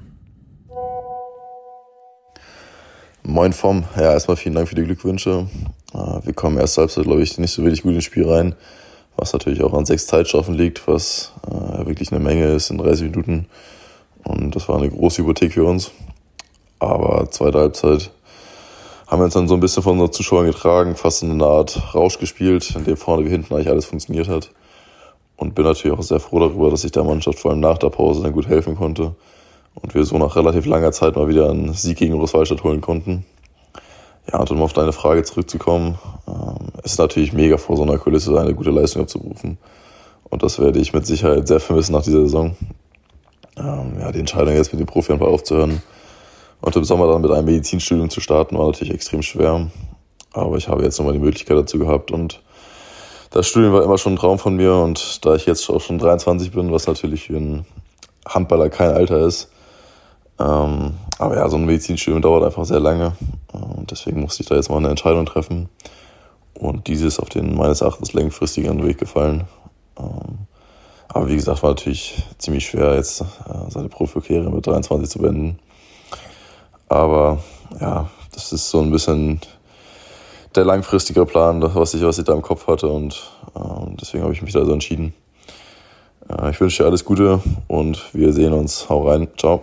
Moin Vom, ja, erstmal vielen Dank für die Glückwünsche. Wir kommen erst Halbzeit, glaube ich, nicht so wirklich gut ins Spiel rein, was natürlich auch an 6 Zeitstrafen liegt, was wirklich eine Menge ist in 30 Minuten. Und das war eine große Hypothek für uns. Aber zweite Halbzeit haben wir uns dann so ein bisschen von unseren Zuschauern getragen, fast in einer Art Rausch gespielt, in dem vorne wie hinten eigentlich alles funktioniert hat. Und bin natürlich auch sehr froh darüber, dass ich der Mannschaft vor allem nach der Pause dann gut helfen konnte. Und wir so nach relativ langer Zeit mal wieder einen Sieg gegen Großwallstadt holen konnten. Ja, und um auf deine Frage zurückzukommen, es ist natürlich mega vor so einer Kulisse eine gute Leistung abzurufen. Und das werde ich mit Sicherheit sehr vermissen nach dieser Saison. Die Entscheidung jetzt mit dem Profi-Handball aufzuhören und im Sommer dann mit einem Medizinstudium zu starten, war natürlich extrem schwer. Aber ich habe jetzt nochmal die Möglichkeit dazu gehabt und das Studium war immer schon ein Traum von mir. Und da ich jetzt auch schon 23 bin, was natürlich für einen Handballer kein Alter ist, aber ja, so ein Medizinstudium dauert einfach sehr lange und deswegen musste ich da jetzt mal eine Entscheidung treffen und diese ist auf den meines Erachtens längerfristigeren Weg gefallen. Aber wie gesagt, war natürlich ziemlich schwer, jetzt seine Profikarriere mit 23 zu beenden. Aber ja, das ist so ein bisschen der langfristige Plan, was ich da im Kopf hatte und deswegen habe ich mich da so entschieden. Ich wünsche dir alles Gute und wir sehen uns. Hau rein. Ciao.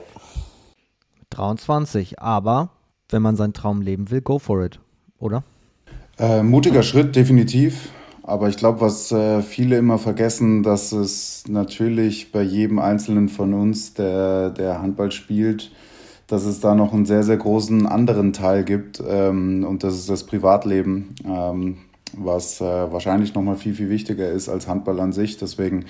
23, aber wenn man seinen Traum leben will, go for it, oder? Mutiger Schritt, definitiv. Aber ich glaube, was viele immer vergessen, dass es natürlich bei jedem Einzelnen von uns, der Handball spielt, dass es da noch einen sehr, sehr großen anderen Teil gibt. Und das ist das Privatleben, was wahrscheinlich nochmal viel, viel wichtiger ist als Handball an sich. Deswegen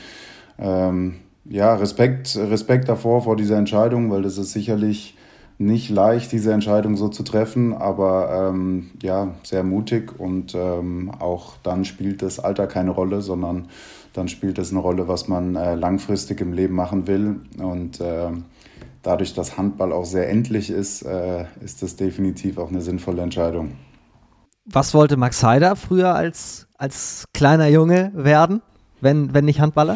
Respekt davor, vor dieser Entscheidung, weil das ist sicherlich nicht leicht, diese Entscheidung so zu treffen, aber sehr mutig und auch dann spielt das Alter keine Rolle, sondern dann spielt es eine Rolle, was man langfristig im Leben machen will und dadurch, dass Handball auch sehr endlich ist, ist das definitiv auch eine sinnvolle Entscheidung. Was wollte Max Heider früher als kleiner Junge werden, wenn nicht Handballer?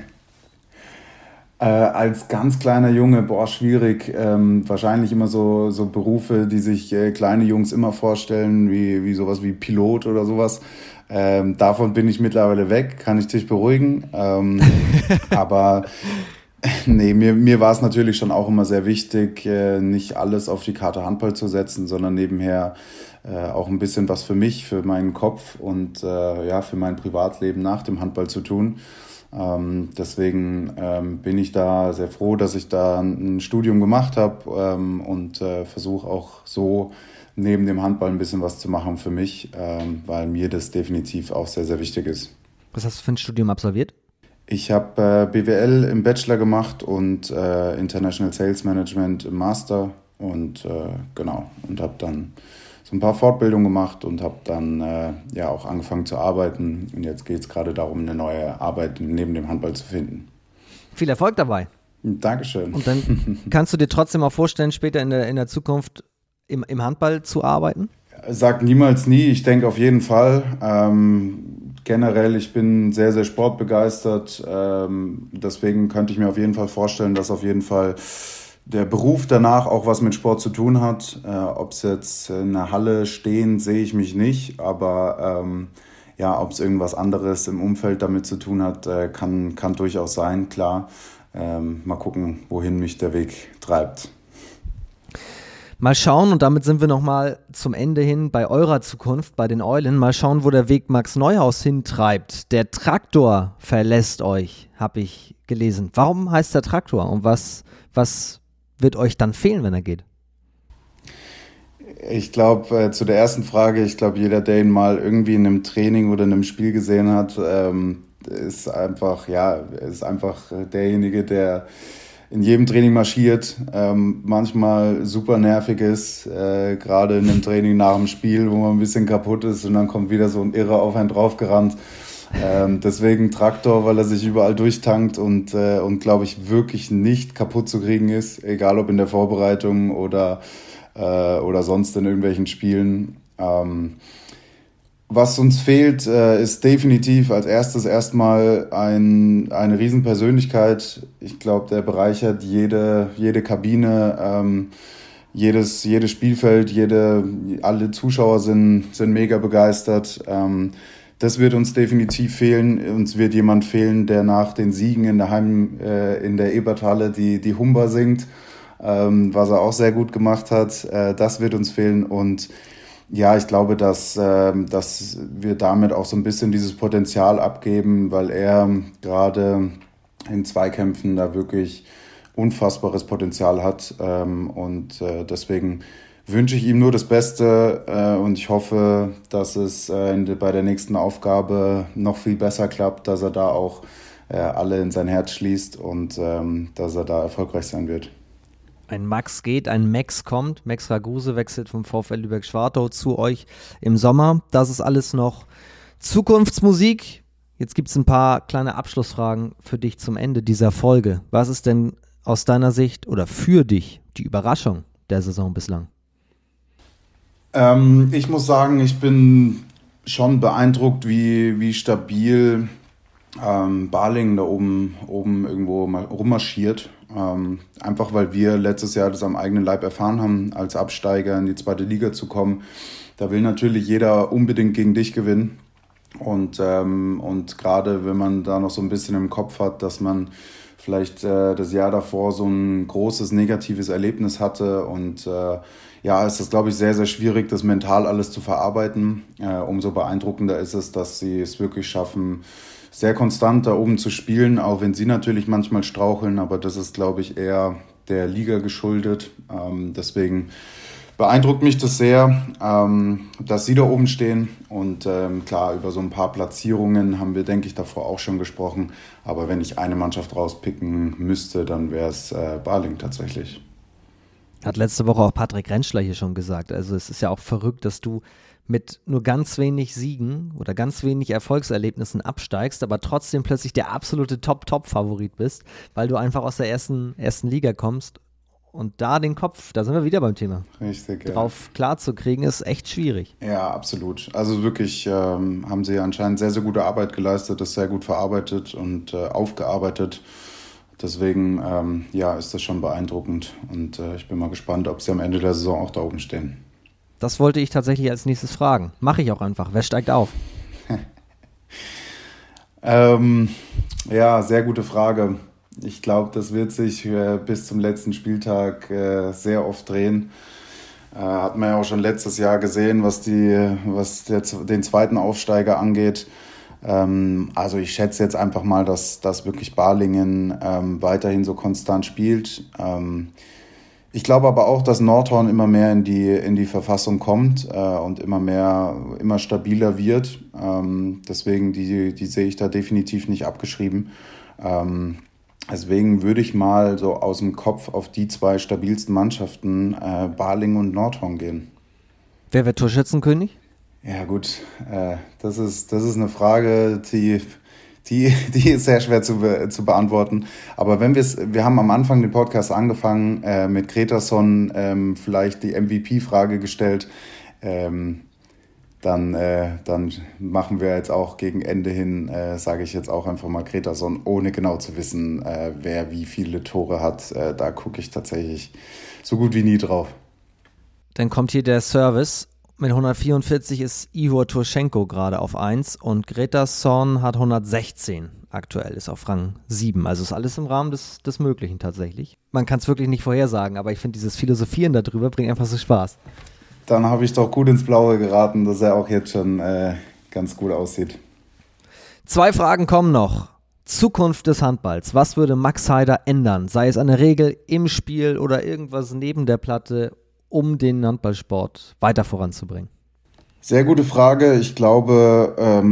Als ganz kleiner Junge, schwierig. Wahrscheinlich immer so Berufe, die sich kleine Jungs immer vorstellen, wie sowas wie Pilot oder sowas. Davon bin ich mittlerweile weg, kann ich dich beruhigen. Aber nee, mir war es natürlich schon auch immer sehr wichtig, nicht alles auf die Karte Handball zu setzen, sondern nebenher auch ein bisschen was für mich, für meinen Kopf und für mein Privatleben nach dem Handball zu tun. Deswegen bin ich da sehr froh, dass ich da ein Studium gemacht habe und versuche auch so neben dem Handball ein bisschen was zu machen für mich, weil mir das definitiv auch sehr, sehr wichtig ist. Was hast du für ein Studium absolviert? Ich habe BWL im Bachelor gemacht und International Sales Management im Master und und habe dann so ein paar Fortbildungen gemacht und habe dann auch angefangen zu arbeiten. Und jetzt geht es gerade darum, eine neue Arbeit neben dem Handball zu finden. Viel Erfolg dabei. Dankeschön. Und dann kannst du dir trotzdem auch vorstellen, später in der Zukunft im Handball zu arbeiten? Sag niemals nie, ich denke auf jeden Fall. Generell, ich bin sehr, sehr sportbegeistert. Deswegen könnte ich mir auf jeden Fall vorstellen, dass auf jeden Fall der Beruf danach auch was mit Sport zu tun hat. Ob es jetzt in der Halle stehen, sehe ich mich nicht. Aber ob es irgendwas anderes im Umfeld damit zu tun hat, kann durchaus sein, klar. Mal gucken, wohin mich der Weg treibt. Mal schauen, und damit sind wir nochmal zum Ende hin bei eurer Zukunft, bei den Eulen. Mal schauen, wo der Weg Max Neuhaus hintreibt. Der Traktor verlässt euch, habe ich gelesen. Warum heißt der Traktor und was wird euch dann fehlen, wenn er geht? Ich glaube, zu der ersten Frage, ich glaube, jeder, der ihn mal irgendwie in einem Training oder in einem Spiel gesehen hat, ist einfach derjenige, der in jedem Training marschiert, manchmal super nervig ist, gerade in einem Training nach dem Spiel, wo man ein bisschen kaputt ist und dann kommt wieder so ein Irrer auf einen draufgerannt. Deswegen Traktor, weil er sich überall durchtankt und glaube ich, wirklich nicht kaputt zu kriegen ist, egal ob in der Vorbereitung oder sonst in irgendwelchen Spielen. Was uns fehlt, ist definitiv als erstes erstmal eine Riesenpersönlichkeit. Ich glaube, der bereichert jede Kabine, jedes Spielfeld, alle Zuschauer sind mega begeistert. Das wird uns definitiv fehlen. Uns wird jemand fehlen, der nach den Siegen in der Eberthalle die Humba singt, was er auch sehr gut gemacht hat. Das wird uns fehlen und ja, ich glaube, dass wir damit auch so ein bisschen dieses Potenzial abgeben, weil er gerade in Zweikämpfen da wirklich unfassbares Potenzial hat. Deswegen wünsche ich ihm nur das Beste und ich hoffe, dass es bei der nächsten Aufgabe noch viel besser klappt, dass er da auch alle in sein Herz schließt und dass er da erfolgreich sein wird. Ein Max geht, ein Max kommt. Max Raguse wechselt vom VfL Lübeck-Schwartau zu euch im Sommer. Das ist alles noch Zukunftsmusik. Jetzt gibt es ein paar kleine Abschlussfragen für dich zum Ende dieser Folge. Was ist denn aus deiner Sicht oder für dich die Überraschung der Saison bislang? Ich muss sagen, ich bin schon beeindruckt, wie stabil Balingen da oben irgendwo mal rummarschiert. Einfach weil wir letztes Jahr das am eigenen Leib erfahren haben, als Absteiger in die zweite Liga zu kommen. Da will natürlich jeder unbedingt gegen dich gewinnen. Und gerade wenn man da noch so ein bisschen im Kopf hat, dass man vielleicht das Jahr davor so ein großes negatives Erlebnis hatte und ist das, glaube ich, sehr, sehr schwierig, das mental alles zu verarbeiten. Umso beeindruckender ist es, dass sie es wirklich schaffen, sehr konstant da oben zu spielen, auch wenn sie natürlich manchmal straucheln, aber das ist, glaube ich, eher der Liga geschuldet. Deswegen beeindruckt mich das sehr, dass sie da oben stehen. Und klar, über so ein paar Platzierungen haben wir, denke ich, davor auch schon gesprochen. Aber wenn ich eine Mannschaft rauspicken müsste, dann wäre es Balingen tatsächlich. Hat letzte Woche auch Patrick Rentschler hier schon gesagt. Also es ist ja auch verrückt, dass du mit nur ganz wenig Siegen oder ganz wenig Erfolgserlebnissen absteigst, aber trotzdem plötzlich der absolute Top-Favorit bist, weil du einfach aus der ersten Liga kommst und da den Kopf, da sind wir wieder beim Thema, richtig, drauf klar zu kriegen, ist echt schwierig. Ja, absolut. Also wirklich haben sie anscheinend sehr, sehr gute Arbeit geleistet, das sehr gut verarbeitet und aufgearbeitet. Deswegen ist das schon beeindruckend und ich bin mal gespannt, ob sie am Ende der Saison auch da oben stehen. Das wollte ich tatsächlich als nächstes fragen. Mache ich auch einfach. Wer steigt auf? Sehr gute Frage. Ich glaube, das wird sich bis zum letzten Spieltag sehr oft drehen. Hat man ja auch schon letztes Jahr gesehen, was den zweiten Aufsteiger angeht. Also ich schätze jetzt einfach mal, dass wirklich Balingen weiterhin so konstant spielt. Ich glaube aber auch, dass Nordhorn immer mehr in die Verfassung kommt und immer stabiler wird. Deswegen die sehe ich da definitiv nicht abgeschrieben. Deswegen würde ich mal so aus dem Kopf auf die 2 stabilsten Mannschaften, Balingen und Nordhorn, gehen. Wer wird Torschützenkönig? Ja gut, das ist eine Frage, die ist sehr schwer zu beantworten. Aber wir haben am Anfang den Podcast angefangen mit Gretarsson, vielleicht die MVP-Frage gestellt. Dann machen wir jetzt auch gegen Ende hin, sage ich jetzt auch einfach mal Gretarsson, ohne genau zu wissen, wer wie viele Tore hat. Da gucke ich tatsächlich so gut wie nie drauf. Dann kommt hier der Service. Mit 144 ist Ihor Turschenko gerade auf 1 und Gretarsson hat 116 aktuell, ist auf Rang 7. Also ist alles im Rahmen des Möglichen tatsächlich. Man kann es wirklich nicht vorhersagen, aber ich finde dieses Philosophieren darüber bringt einfach so Spaß. Dann habe ich doch gut ins Blaue geraten, dass er auch jetzt schon ganz gut aussieht. 2 Fragen kommen noch. Zukunft des Handballs. Was würde Max Heider ändern? Sei es eine Regel im Spiel oder irgendwas neben der Platte, um den Handballsport weiter voranzubringen? Sehr gute Frage. Ich glaube,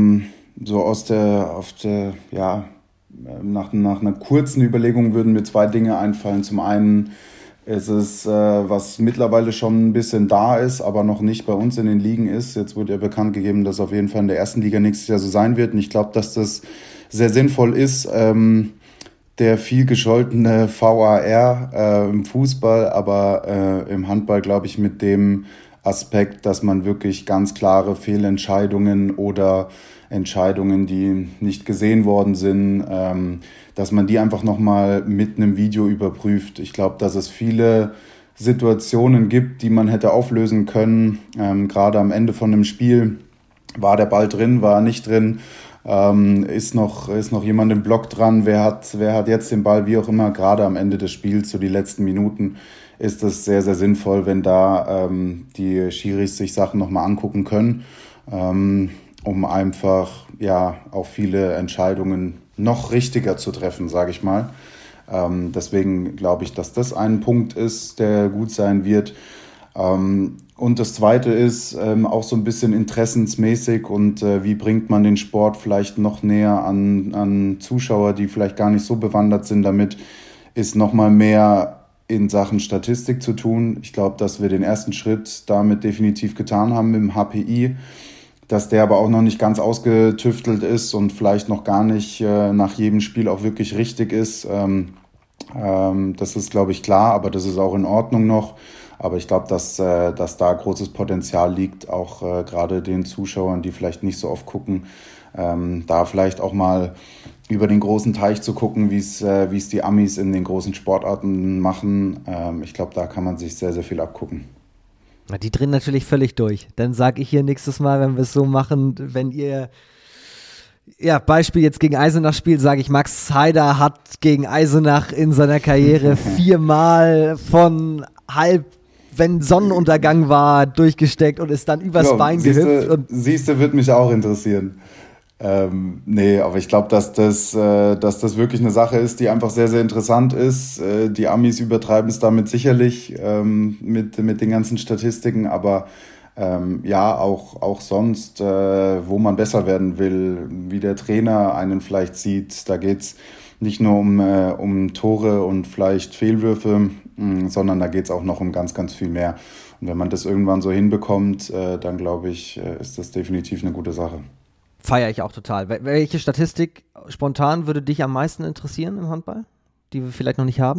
nach einer kurzen Überlegung würden mir 2 Dinge einfallen. Zum einen ist es, was mittlerweile schon ein bisschen da ist, aber noch nicht bei uns in den Ligen ist. Jetzt wurde ja bekannt gegeben, dass auf jeden Fall in der ersten Liga nächstes Jahr so sein wird. Und ich glaube, dass das sehr sinnvoll ist. Der viel gescholtene VAR im Fußball, aber im Handball, glaube ich, mit dem Aspekt, dass man wirklich ganz klare Fehlentscheidungen oder Entscheidungen, die nicht gesehen worden sind, dass man die einfach nochmal mit einem Video überprüft. Ich glaube, dass es viele Situationen gibt, die man hätte auflösen können. Gerade am Ende von einem Spiel, war der Ball drin, war er nicht drin? Ist noch jemand im Block dran, wer hat jetzt den Ball, wie auch immer, gerade am Ende des Spiels, so die letzten Minuten, ist es sehr, sehr sinnvoll, wenn da die Schiris sich Sachen nochmal angucken können, um einfach auch viele Entscheidungen noch richtiger zu treffen, sage ich mal. Deswegen glaube ich, dass das ein Punkt ist, der gut sein wird. Und das Zweite ist auch so ein bisschen interessensmäßig und wie bringt man den Sport vielleicht noch näher an Zuschauer, die vielleicht gar nicht so bewandert sind damit, ist nochmal mehr in Sachen Statistik zu tun. Ich glaube, dass wir den ersten Schritt damit definitiv getan haben mit dem HPI, dass der aber auch noch nicht ganz ausgetüftelt ist und vielleicht noch gar nicht nach jedem Spiel auch wirklich richtig ist. Das ist, glaube ich, klar, aber das ist auch in Ordnung noch. Aber ich glaube, dass da großes Potenzial liegt, auch gerade den Zuschauern, die vielleicht nicht so oft gucken, da vielleicht auch mal über den großen Teich zu gucken, wie es die Amis in den großen Sportarten machen. Ich glaube, da kann man sich sehr, sehr viel abgucken. Die drehen natürlich völlig durch. Dann sage ich hier nächstes Mal, wenn wir es so machen, wenn ihr, Beispiel jetzt gegen Eisenach spielt, sage ich, Max Heider hat gegen Eisenach in seiner Karriere 4-mal von wenn Sonnenuntergang war, durchgesteckt und ist dann übers Bein gehüpft. Siehst du, wird mich auch interessieren. Aber ich glaube, dass das wirklich eine Sache ist, die einfach sehr, sehr interessant ist. Die Amis übertreiben es damit sicherlich mit den ganzen Statistiken, aber auch sonst, wo man besser werden will, wie der Trainer einen vielleicht sieht. Da geht's nicht nur um Tore und vielleicht Fehlwürfe, sondern da geht's auch noch um ganz, ganz viel mehr. Und wenn man das irgendwann so hinbekommt, dann glaube ich, ist das definitiv eine gute Sache. Feiere ich auch total. Welche Statistik spontan würde dich am meisten interessieren im Handball, die wir vielleicht noch nicht haben?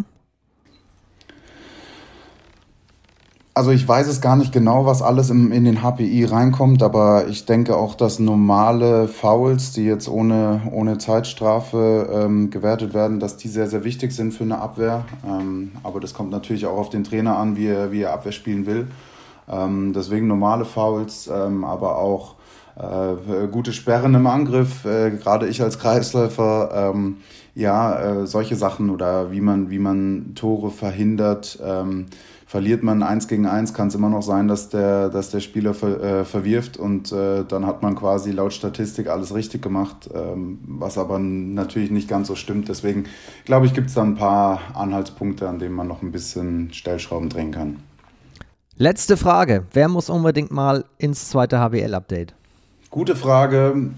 Also ich weiß es gar nicht genau, was alles in den HPI reinkommt, aber ich denke auch, dass normale Fouls, die jetzt ohne Zeitstrafe gewertet werden, dass die sehr, sehr wichtig sind für eine Abwehr. Aber das kommt natürlich auch auf den Trainer an, wie er Abwehr spielen will. Deswegen normale Fouls, aber auch gute Sperren im Angriff. Gerade ich als Kreisläufer, solche Sachen oder wie man Tore verhindert. Verliert man 1 gegen 1, kann es immer noch sein, dass der Spieler verwirft und dann hat man quasi laut Statistik alles richtig gemacht, was aber natürlich nicht ganz so stimmt. Deswegen glaube ich, gibt es da ein paar Anhaltspunkte, an denen man noch ein bisschen Stellschrauben drehen kann. Letzte Frage. Wer muss unbedingt mal ins zweite HBL-Update? Gute Frage.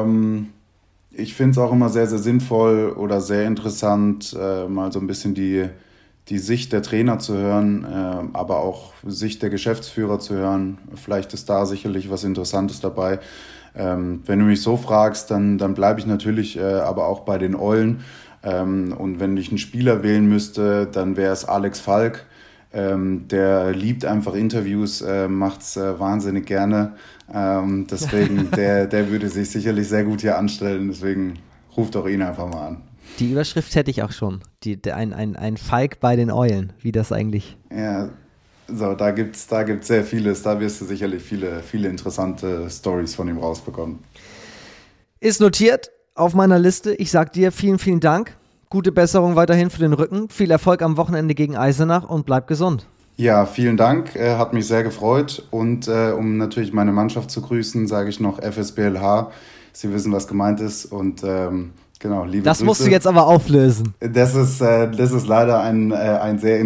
Ich finde es auch immer sehr, sehr sinnvoll oder sehr interessant, mal so ein bisschen die Sicht der Trainer zu hören, aber auch Sicht der Geschäftsführer zu hören. Vielleicht ist da sicherlich was Interessantes dabei. Wenn du mich so fragst, dann bleibe ich natürlich aber auch bei den Eulen. Und wenn ich einen Spieler wählen müsste, dann wäre es Alex Falk. Der liebt einfach Interviews, macht's wahnsinnig gerne. Deswegen, der würde sich sicherlich sehr gut hier anstellen. Deswegen ruft auch ihn einfach mal an. Die Überschrift hätte ich auch schon. Ein Falk bei den Eulen, wie das eigentlich. Ja, so, da gibt's sehr vieles. Da wirst du sicherlich viele interessante Stories von ihm rausbekommen. Ist notiert auf meiner Liste. Ich sag dir vielen, vielen Dank. Gute Besserung weiterhin für den Rücken. Viel Erfolg am Wochenende gegen Eisenach und bleib gesund. Ja, vielen Dank. Hat mich sehr gefreut. Und um natürlich meine Mannschaft zu grüßen, sage ich noch FSBLH. Sie wissen, was gemeint ist. Und genau, liebe Das Grüße. musst du jetzt aber auflösen. Das ist leider ein sehr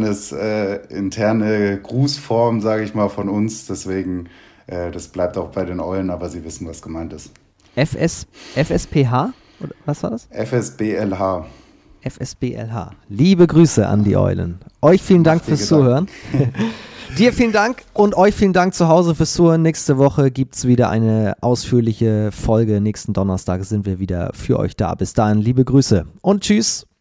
interne Grußform, sage ich mal, von uns. Deswegen, das bleibt auch bei den Eulen, aber Sie wissen, was gemeint ist. FSPH? Oder was war das? FSBLH. FSBLH. Liebe Grüße an die Eulen. Euch vielen Dank fürs Zuhören. Dir vielen Dank und euch vielen Dank zu Hause fürs Zuhören. Nächste Woche gibt es wieder eine ausführliche Folge. Nächsten Donnerstag sind wir wieder für euch da. Bis dahin, liebe Grüße und tschüss.